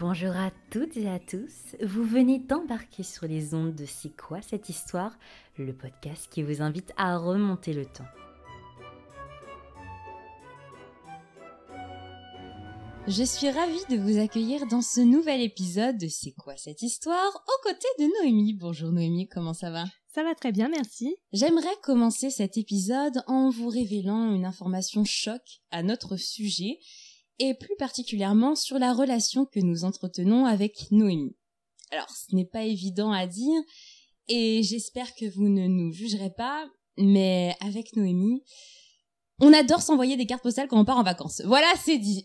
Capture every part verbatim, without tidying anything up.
Bonjour à toutes et à tous, vous venez d'embarquer sur les ondes de C'est quoi cette histoire, le podcast qui vous invite à remonter le temps. Je suis ravie de vous accueillir dans ce nouvel épisode de C'est quoi cette histoire, aux côtés de Noémie. Bonjour Noémie, comment ça va ? Ça va très bien, merci. J'aimerais commencer cet épisode en vous révélant une information choc à notre sujet, et plus particulièrement sur la relation que nous entretenons avec Noémie. Alors, ce n'est pas évident à dire, et j'espère que vous ne nous jugerez pas, mais avec Noémie, on adore s'envoyer des cartes postales quand on part en vacances. Voilà, c'est dit.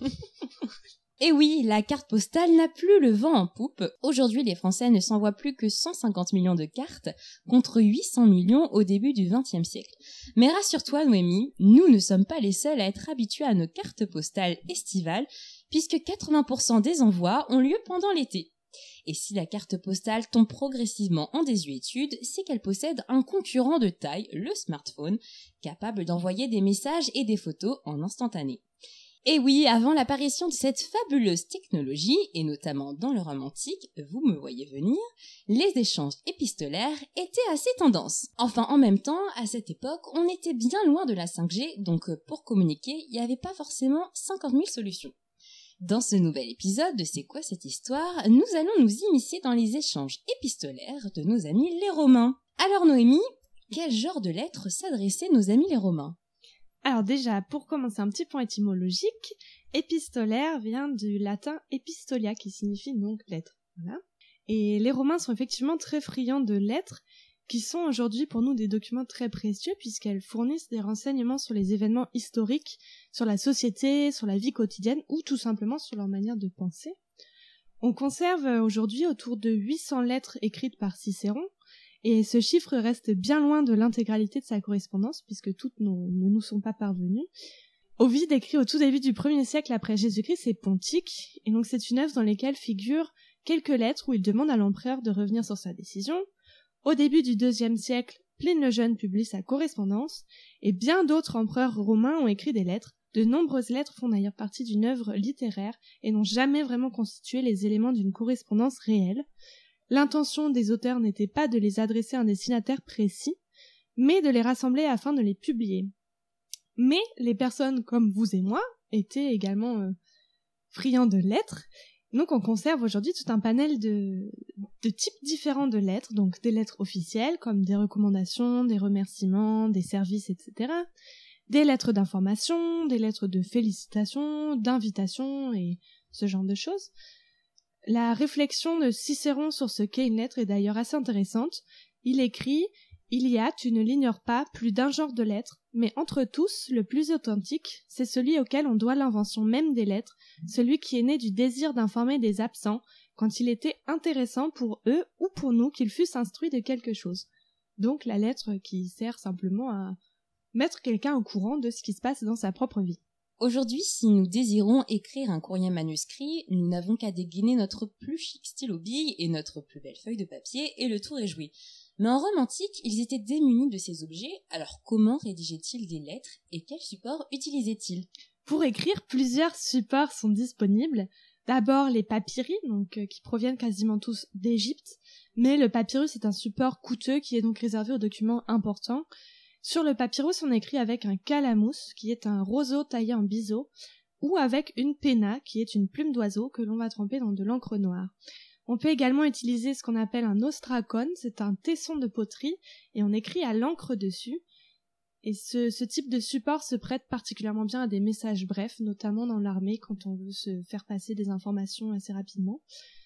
Et oui, la carte postale n'a plus le vent en poupe. Aujourd'hui, les Français ne s'envoient plus que cent cinquante millions de cartes, contre huit cents millions au début du vingtième siècle. Mais rassure-toi, Noémie, nous ne sommes pas les seuls à être habitués à nos cartes postales estivales, puisque quatre-vingts pour cent des envois ont lieu pendant l'été. Et si la carte postale tombe progressivement en désuétude, c'est qu'elle possède un concurrent de taille, le smartphone, capable d'envoyer des messages et des photos en instantané. Et oui, avant l'apparition de cette fabuleuse technologie, et notamment dans le romantique, vous me voyez venir, les échanges épistolaires étaient assez tendance. Enfin, en même temps, à cette époque, on était bien loin de la cinq G, donc pour communiquer, il n'y avait pas forcément cinquante mille solutions. Dans ce nouvel épisode de C'est quoi cette histoire, nous allons nous immiscer dans les échanges épistolaires de nos amis les Romains. Alors Noémie, quel genre de lettres s'adressaient nos amis les Romains ? Alors déjà, pour commencer un petit point étymologique, épistolaire vient du latin epistolia, qui signifie donc lettre. Voilà. Et les Romains sont effectivement très friands de lettres, qui sont aujourd'hui pour nous des documents très précieux, puisqu'elles fournissent des renseignements sur les événements historiques, sur la société, sur la vie quotidienne, ou tout simplement sur leur manière de penser. On conserve aujourd'hui autour de huit cents lettres écrites par Cicéron, et ce chiffre reste bien loin de l'intégralité de sa correspondance, puisque toutes ne nous sont pas parvenues. Ovide écrit au tout début du premier siècle après Jésus-Christ ses Pontiques, et donc c'est une œuvre dans laquelle figurent quelques lettres où il demande à l'empereur de revenir sur sa décision. Au début du deuxième siècle, Pline le Jeune publie sa correspondance, et bien d'autres empereurs romains ont écrit des lettres. De nombreuses lettres font d'ailleurs partie d'une œuvre littéraire et n'ont jamais vraiment constitué les éléments d'une correspondance réelle. L'intention des auteurs n'était pas de les adresser à un destinataire précis, mais de les rassembler afin de les publier. Mais les personnes comme vous et moi étaient également euh, friands de lettres, donc on conserve aujourd'hui tout un panel de, de types différents de lettres, donc des lettres officielles comme des recommandations, des remerciements, des services, et cetera, des lettres d'information, des lettres de félicitations, d'invitation et ce genre de choses. La réflexion de Cicéron sur ce qu'est une lettre est d'ailleurs assez intéressante. Il écrit « Il y a, tu ne l'ignores pas, plus d'un genre de lettres, mais entre tous, le plus authentique, c'est celui auquel on doit l'invention même des lettres, celui qui est né du désir d'informer des absents, quand il était intéressant pour eux ou pour nous qu'ils fussent instruits de quelque chose. » Donc la lettre qui sert simplement à mettre quelqu'un au courant de ce qui se passe dans sa propre vie. Aujourd'hui, si nous désirons écrire un courrier manuscrit, nous n'avons qu'à dégainer notre plus chic stylo bille et notre plus belle feuille de papier et le tour est joué. Mais en romantique, ils étaient démunis de ces objets, alors comment rédigeaient-ils des lettres et quels supports utilisaient-ils ? Pour écrire, plusieurs supports sont disponibles. D'abord les papyri, donc euh, qui proviennent quasiment tous d'Égypte, mais le papyrus est un support coûteux qui est donc réservé aux documents importants. Sur le papyrus, on écrit avec un calamus, qui est un roseau taillé en biseau, ou avec une penna, qui est une plume d'oiseau que l'on va tremper dans de l'encre noire. On peut également utiliser ce qu'on appelle un ostracon, c'est un tesson de poterie, et on écrit à l'encre dessus. Et ce, ce type de support se prête particulièrement bien à des messages brefs, notamment dans l'armée, quand on veut se faire passer des informations assez rapidement.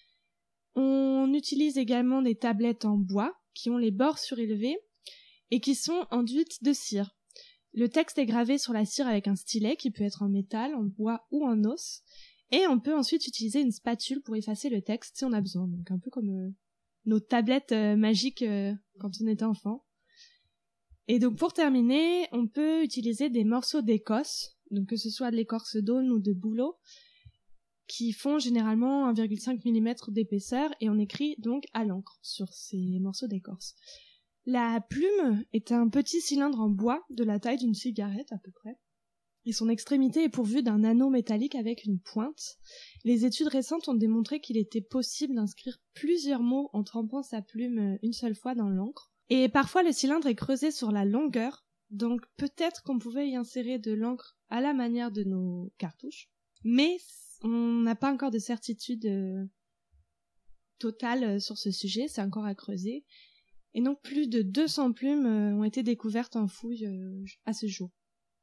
On utilise également des tablettes en bois, qui ont les bords surélevés, et qui sont enduites de cire. Le texte est gravé sur la cire avec un stylet qui peut être en métal, en bois ou en os, et on peut ensuite utiliser une spatule pour effacer le texte si on a besoin, donc un peu comme euh, nos tablettes euh, magiques euh, quand on était enfant. Et donc pour terminer, on peut utiliser des morceaux d'écosse, donc que ce soit de l'écorce d'aulne ou de bouleau, qui font généralement un virgule cinq millimètres d'épaisseur, et on écrit donc à l'encre sur ces morceaux d'écorce. La plume est un petit cylindre en bois de la taille d'une cigarette à peu près. et son extrémité est pourvue d'un anneau métallique avec une pointe. Les études récentes ont démontré qu'il était possible d'inscrire plusieurs mots en trempant sa plume une seule fois dans l'encre. Et parfois le cylindre est creusé sur la longueur, donc peut-être qu'on pouvait y insérer de l'encre à la manière de nos cartouches, mais on n'a pas encore de certitude euh, totale sur ce sujet, c'est encore à creuser. Et donc plus de deux cents plumes euh, ont été découvertes en fouille euh, à ce jour.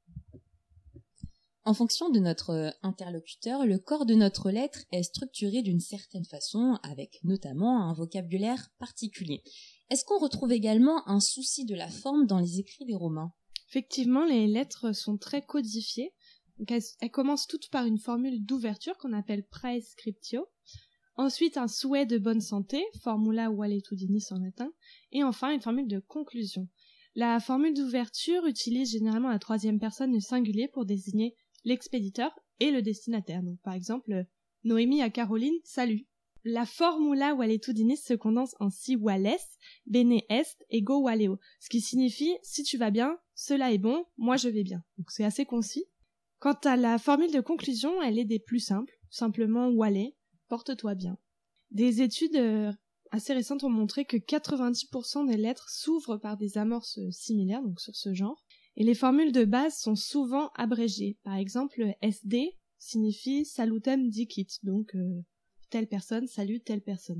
En fonction de notre interlocuteur, le corps de notre lettre est structuré d'une certaine façon, avec notamment un vocabulaire particulier. Est-ce qu'on retrouve également un souci de la forme dans les écrits des Romains ? Effectivement, les lettres sont très codifiées. Donc elles, elles commencent toutes par une formule d'ouverture qu'on appelle praescriptio. Ensuite, un souhait de bonne santé, formula valetudinis en latin. Et enfin, une formule de conclusion. La formule d'ouverture utilise généralement la troisième personne du singulier pour désigner l'expéditeur et le destinataire. Donc, par exemple, Noémie à Caroline, salut. La formula valetudinis se condense en si vales, bene est, ego valeo, ce qui signifie si tu vas bien, cela est bon, moi je vais bien. Donc c'est assez concis. Quant à la formule de conclusion, elle est des plus simples, simplement vale, porte-toi bien. Des études euh, assez récentes ont montré que quatre-vingt-dix pour cent des lettres s'ouvrent par des amorces similaires, donc sur ce genre. Et les formules de base sont souvent abrégées. Par exemple, S D signifie salutem dicit, donc euh, telle personne salue telle personne.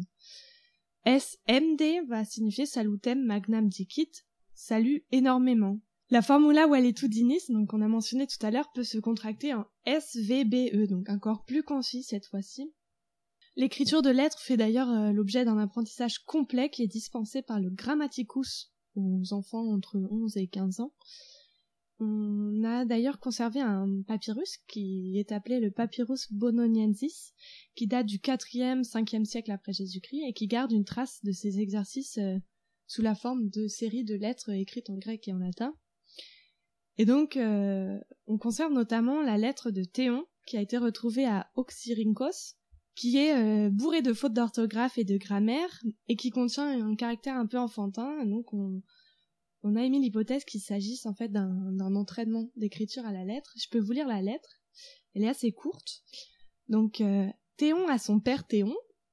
S M D va signifier salutem magnam dicit, salue énormément. La formula valetudinis, donc qu'on a mentionné tout à l'heure, peut se contracter en S V B E, donc encore plus concis cette fois-ci. L'écriture de lettres fait d'ailleurs euh, l'objet d'un apprentissage complet qui est dispensé par le Grammaticus aux enfants entre onze et quinze ans. On a d'ailleurs conservé un papyrus qui est appelé le Papyrus Bononiensis, qui date du quatrième cinquième siècle après Jésus-Christ et qui garde une trace de ces exercices euh, sous la forme de séries de lettres écrites en grec et en latin. Et donc, euh, on conserve notamment la lettre de Théon, qui a été retrouvée à Oxyrhynchos, qui est euh, bourrée de fautes d'orthographe et de grammaire, et qui contient un caractère un peu enfantin, donc on... On a émis l'hypothèse qu'il s'agisse en fait d'un, d'un entraînement d'écriture à la lettre. Je peux vous lire la lettre. Elle est assez courte. Donc, euh, Théon à son père Théon.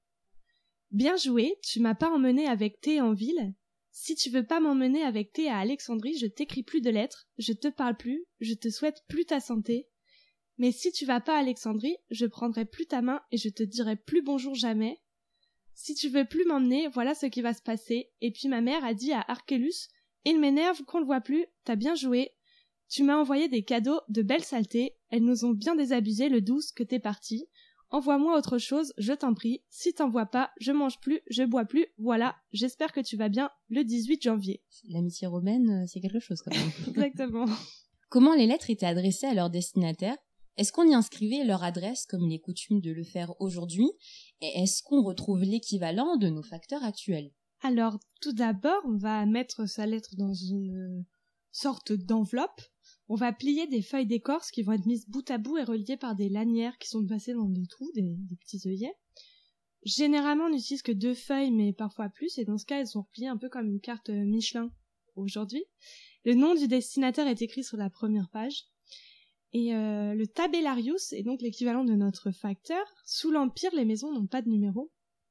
Bien joué, tu m'as pas emmené avec Thé en ville. Si tu veux pas m'emmener avec Thé à Alexandrie, je t'écris plus de lettres, je te parle plus, je te souhaite plus ta santé. Mais si tu vas pas à Alexandrie, je prendrai plus ta main et je te dirai plus bonjour jamais. Si tu veux plus m'emmener, voilà ce qui va se passer. Et puis ma mère a dit à Archélus, il m'énerve qu'on le voit plus, t'as bien joué. Tu m'as envoyé des cadeaux, de belles saletés, elles nous ont bien désabusé le douze que t'es parti. Envoie-moi autre chose, je t'en prie. Si t'envoies pas, je mange plus, je bois plus, voilà. J'espère que tu vas bien le dix-huit janvier. L'amitié romaine, c'est quelque chose quand même. Exactement. Comment les lettres étaient adressées à leurs destinataires ? Est-ce qu'on y inscrivait leur adresse comme il est coutume de le faire aujourd'hui ? Et est-ce qu'on retrouve l'équivalent de nos facteurs actuels ? Alors, tout d'abord, on va mettre sa lettre dans une sorte d'enveloppe. On va plier des feuilles d'écorce qui vont être mises bout à bout et reliées par des lanières qui sont passées dans des trous, des, des petits œillets. Généralement, on n'utilise que deux feuilles, mais parfois plus, et dans ce cas, elles sont repliées un peu comme une carte Michelin aujourd'hui. Le nom du destinataire est écrit sur la première page. Et euh, le tabellarius est donc l'équivalent de notre facteur. Sous l'Empire, les maisons n'ont pas de numéro.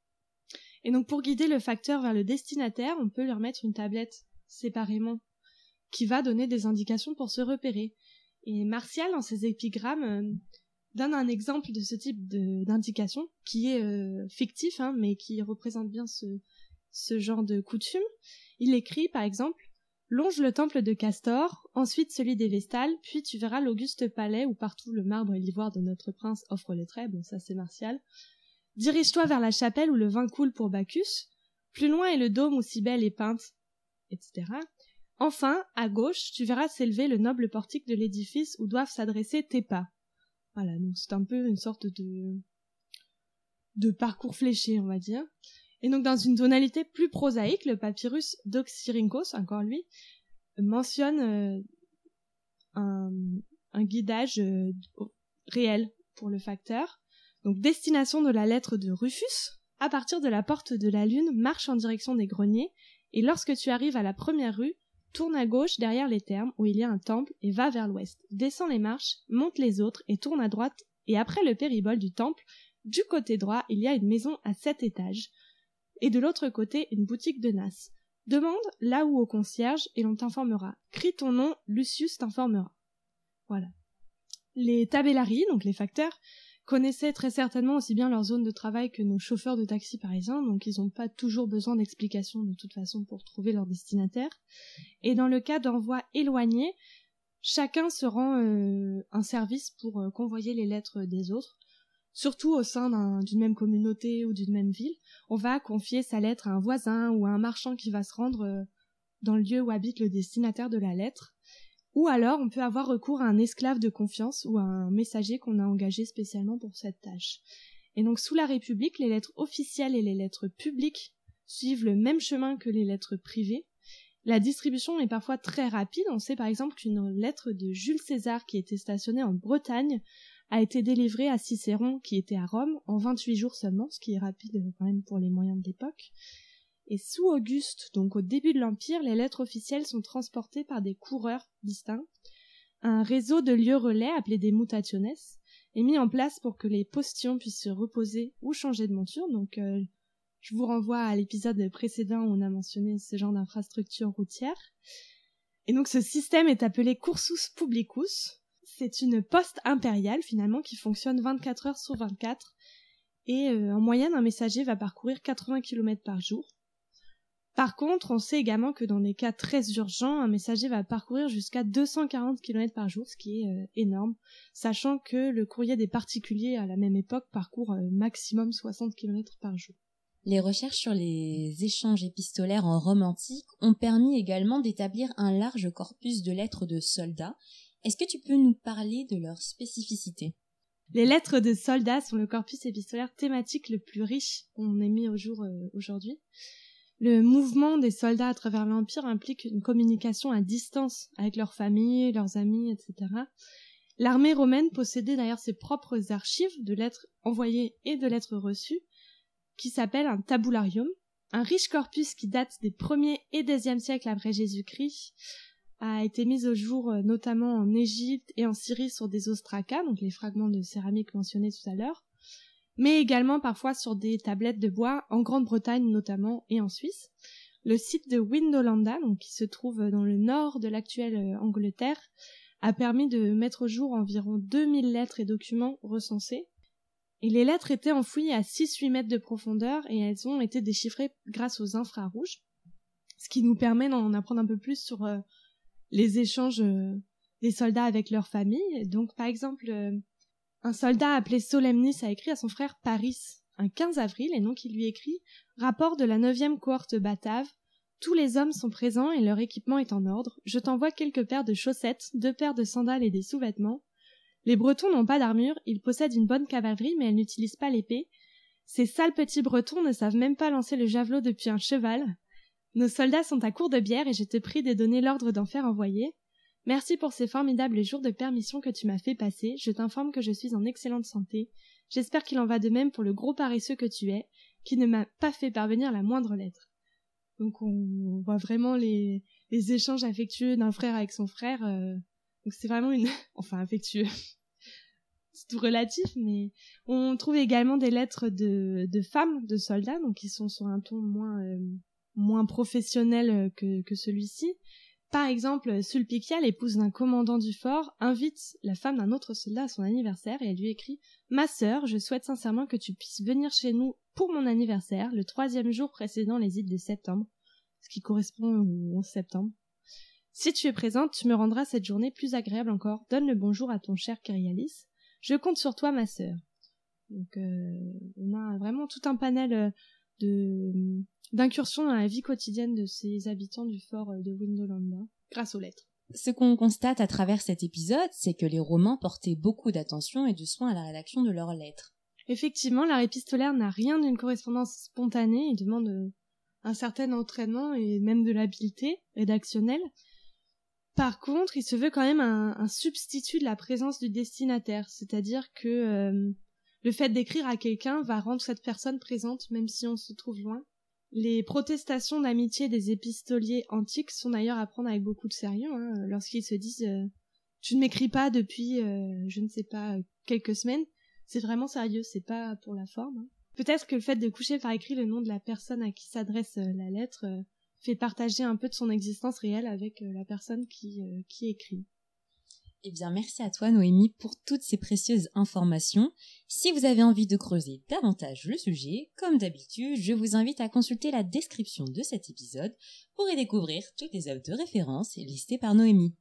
Et donc pour guider le facteur vers le destinataire, on peut lui remettre une tablette séparément qui va donner des indications pour se repérer. Et Martial, dans ses épigrammes, euh, donne un exemple de ce type de, d'indication qui est euh, fictif, hein, mais qui représente bien ce, ce genre de coutume. Il écrit par exemple « Longe le temple de Castor, ensuite celui des Vestales, puis tu verras l'auguste palais où partout le marbre et l'ivoire de notre prince offrent les traits. » Bon, ça c'est Martial. Dirige-toi vers la chapelle où le vin coule pour Bacchus. Plus loin est le dôme où Cybèle est peinte, et cetera. Enfin, à gauche, tu verras s'élever le noble portique de l'édifice où doivent s'adresser tes pas. Voilà, donc c'est un peu une sorte de de parcours fléché, on va dire. Et donc dans une tonalité plus prosaïque, le papyrus d'Oxyrhynchos, encore lui, mentionne euh, un, un guidage euh, réel pour le facteur. Donc, destination de la lettre de Rufus, à partir de la porte de la Lune, marche en direction des greniers, et lorsque tu arrives à la première rue, tourne à gauche derrière les thermes où il y a un temple et va vers l'ouest. Descend les marches, monte les autres et tourne à droite. Et après le péribole du temple, du côté droit, il y a une maison à sept étages. Et de l'autre côté, une boutique de nasse. Demande là où au concierge et l'on t'informera. Crie ton nom, Lucius t'informera. Voilà. Les tabellari, donc les facteurs, connaissaient très certainement aussi bien leur zone de travail que nos chauffeurs de taxi parisiens, donc ils n'ont pas toujours besoin d'explications de toute façon pour trouver leur destinataire. Et dans le cas d'envoi éloigné, chacun se rend euh, un service pour euh, convoyer les lettres des autres. Surtout au sein d'un, d'une même communauté ou d'une même ville, on va confier sa lettre à un voisin ou à un marchand qui va se rendre euh, dans le lieu où habite le destinataire de la lettre. Ou alors, on peut avoir recours à un esclave de confiance ou à un messager qu'on a engagé spécialement pour cette tâche. Et donc, sous la République, les lettres officielles et les lettres publiques suivent le même chemin que les lettres privées. La distribution est parfois très rapide. On sait par exemple qu'une lettre de Jules César qui était stationnée en Bretagne a été délivrée à Cicéron qui était à Rome en vingt-huit jours seulement, ce qui est rapide quand même pour les moyens de l'époque. Et sous Auguste, donc au début de l'Empire, les lettres officielles sont transportées par des coureurs distincts. Un réseau de lieux relais, appelé des mutationes, est mis en place pour que les postillons puissent se reposer ou changer de monture. Donc, euh, je vous renvoie à l'épisode précédent où on a mentionné ce genre d'infrastructure routière. Et donc, ce système est appelé cursus publicus. C'est une poste impériale, finalement, qui fonctionne vingt-quatre heures sur vingt-quatre. Et euh, en moyenne, un messager va parcourir quatre-vingts kilomètres par jour. Par contre, on sait également que dans des cas très urgents, un messager va parcourir jusqu'à deux cent quarante kilomètres par jour, ce qui est euh, énorme, sachant que le courrier des particuliers à la même époque parcourt euh, maximum soixante kilomètres par jour. Les recherches sur les échanges épistolaires en Rome antique ont permis également d'établir un large corpus de lettres de soldats. Est-ce que tu peux nous parler de leur spécificité ? Les lettres de soldats sont le corpus épistolaire thématique le plus riche qu'on ait mis au jour euh, aujourd'hui. Le mouvement des soldats à travers l'Empire implique une communication à distance avec leurs familles, leurs amis, et cetera. L'armée romaine possédait d'ailleurs ses propres archives de lettres envoyées et de lettres reçues, qui s'appelle un tabularium, un riche corpus qui date des premiers et deuxième siècles après Jésus-Christ, a été mis au jour euh, notamment en Égypte et en Syrie sur des ostracas, donc les fragments de céramique mentionnés tout à l'heure, mais également parfois sur des tablettes de bois en Grande-Bretagne notamment et en Suisse. Le site de Windolanda, donc qui se trouve dans le nord de l'actuelle euh, Angleterre, a permis de mettre au jour environ deux mille lettres et documents recensés. Et les lettres étaient enfouies à six à huit mètres de profondeur et elles ont été déchiffrées grâce aux infrarouges, ce qui nous permet d'en apprendre un peu plus sur euh, les échanges euh, des soldats avec leurs familles. Donc par exemple, euh, un soldat appelé Solemnis a écrit à son frère Paris un quinze avril, et donc il lui écrit « Rapport de la neuvième cohorte batave, tous les hommes sont présents et leur équipement est en ordre. Je t'envoie quelques paires de chaussettes, deux paires de sandales et des sous-vêtements. Les Bretons n'ont pas d'armure, ils possèdent une bonne cavalerie, mais elle n'utilise pas l'épée. Ces sales petits Bretons ne savent même pas lancer le javelot depuis un cheval. Nos soldats sont à court de bière et je te prie de donner l'ordre d'en faire envoyer. Merci pour ces formidables jours de permission que tu m'as fait passer. Je t'informe que je suis en excellente santé. J'espère qu'il en va de même pour le gros paresseux que tu es, qui ne m'a pas fait parvenir la moindre lettre. » Donc on voit vraiment les, les échanges affectueux d'un frère avec son frère. Euh, donc c'est vraiment une... enfin affectueux. C'est tout relatif, mais on trouve également des lettres de, de femmes, de soldats, donc qui sont sur un ton moins, euh, moins professionnel que, que celui-ci. Par exemple, Sulpicia, l'épouse d'un commandant du fort, invite la femme d'un autre soldat à son anniversaire et elle lui écrit « Ma sœur, je souhaite sincèrement que tu puisses venir chez nous pour mon anniversaire, le troisième jour précédant les ides de septembre, ce qui correspond au onze septembre. Si tu es présente, tu me rendras cette journée plus agréable encore. Donne le bonjour à ton cher Kyrialis. Je compte sur toi, ma sœur. » Donc, euh, on a vraiment tout un panel de d'incursions dans la vie quotidienne de ces habitants du fort de Windolanda, grâce aux lettres. Ce qu'on constate à travers cet épisode, c'est que les Romains portaient beaucoup d'attention et de soin à la rédaction de leurs lettres. Effectivement, l'art épistolaire n'a rien d'une correspondance spontanée, il demande un certain entraînement et même de l'habileté rédactionnelle. Par contre, il se veut quand même un, un substitut de la présence du destinataire, c'est-à-dire que euh, le fait d'écrire à quelqu'un va rendre cette personne présente, même si on se trouve loin. Les protestations d'amitié des épistoliers antiques sont d'ailleurs à prendre avec beaucoup de sérieux, hein, lorsqu'ils se disent euh, « tu ne m'écris pas depuis, euh, je ne sais pas, quelques semaines », c'est vraiment sérieux, c'est pas pour la forme. Hein. Peut-être que le fait de coucher par écrit le nom de la personne à qui s'adresse euh, la lettre euh, fait partager un peu de son existence réelle avec euh, la personne qui, euh, qui écrit. Eh bien, merci à toi, Noémie, pour toutes ces précieuses informations. Si vous avez envie de creuser davantage le sujet, comme d'habitude, je vous invite à consulter la description de cet épisode pour y découvrir toutes les œuvres de référence listées par Noémie.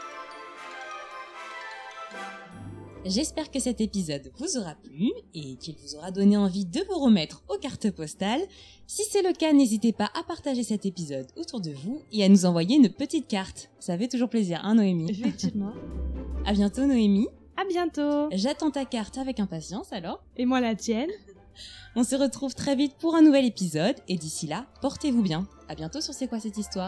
J'espère que cet épisode vous aura plu et qu'il vous aura donné envie de vous remettre aux cartes postales. Si c'est le cas, n'hésitez pas à partager cet épisode autour de vous et à nous envoyer une petite carte. Ça fait toujours plaisir, hein Noémie ? Effectivement. À bientôt Noémie. À bientôt. J'attends ta carte avec impatience alors. Et moi la tienne. On se retrouve très vite pour un nouvel épisode et d'ici là, portez-vous bien. À bientôt sur C'est quoi cette histoire ?